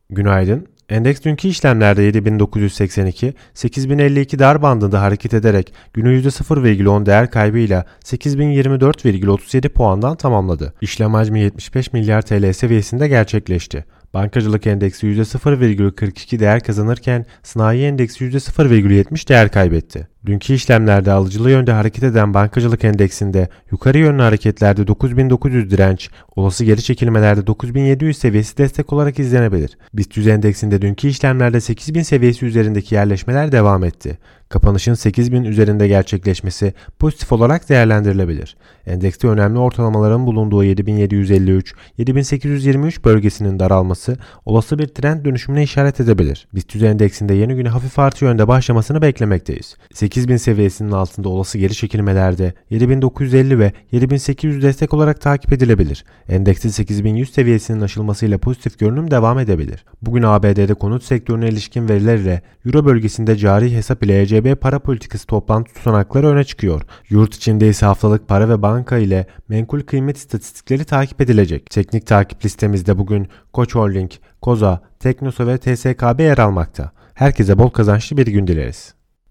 Günaydın. Endeks dünkü işlemlerde 7982, 8052 dar bandında hareket ederek günü %0,10 değer kaybıyla 8024,37 puandan tamamladı. İşlem hacmi 75 milyar TL seviyesinde gerçekleşti. Bankacılık endeksi %0,42 değer kazanırken sanayi endeksi %0,70 değer kaybetti. Dünkü işlemlerde alıcılı yönde hareket eden bankacılık endeksinde yukarı yönlü hareketlerde 9900 direnç, olası geri çekilmelerde 9700 seviyesi destek olarak izlenebilir. BIST 100 endeksinde dünkü işlemlerde 8000 seviyesi üzerindeki yerleşmeler devam etti. Kapanışın 8000 üzerinde gerçekleşmesi pozitif olarak değerlendirilebilir. Endekste önemli ortalamaların bulunduğu 7753, 7823 bölgesinin daralması olası bir trend dönüşümüne işaret edebilir. BIST 100 endeksinde yeni güne hafif artı yönde başlamasını beklemekteyiz. 8000 seviyesinin altında olası geri çekilmelerde 7950 ve 7800 destek olarak takip edilebilir. Endeksin 8100 seviyesinin aşılmasıyla pozitif görünüm devam edebilir. Bugün ABD'de konut sektörüne ilişkin veriler ile Euro bölgesinde cari hesap ile ECB para politikası toplantı tutanakları öne çıkıyor. Yurt içinde ise haftalık para ve banka ile menkul kıymet istatistikleri takip edilecek. Teknik takip listemizde bugün Koç Holding, Koza, Teknosa ve TSKB yer almakta. Herkese bol kazançlı bir gün dileriz.